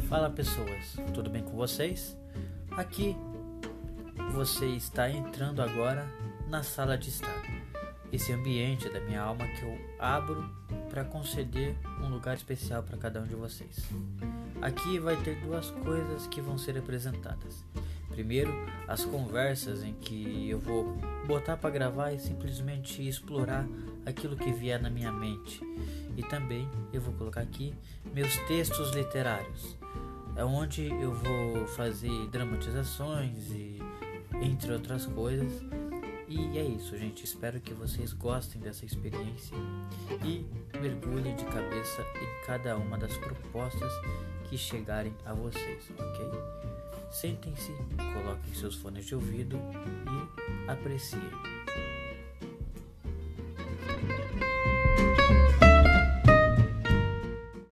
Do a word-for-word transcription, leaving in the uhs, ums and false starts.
Fala pessoas, tudo bem com vocês? Aqui você está entrando agora na sala de estar, esse ambiente da minha alma que eu abro para conceder um lugar especial para cada um de vocês. Aqui vai ter duas coisas que vão ser apresentadas. Primeiro, as conversas em que eu vou botar para gravar e simplesmente explorar aquilo que vier na minha mente. E também eu vou colocar aqui meus textos literários, é onde eu vou fazer dramatizações e entre outras coisas. E é isso, gente. Espero que vocês gostem dessa experiência e mergulhem de cabeça em cada uma das propostas que chegarem a vocês, ok? Sentem-se, coloquem seus fones de ouvido e apreciem.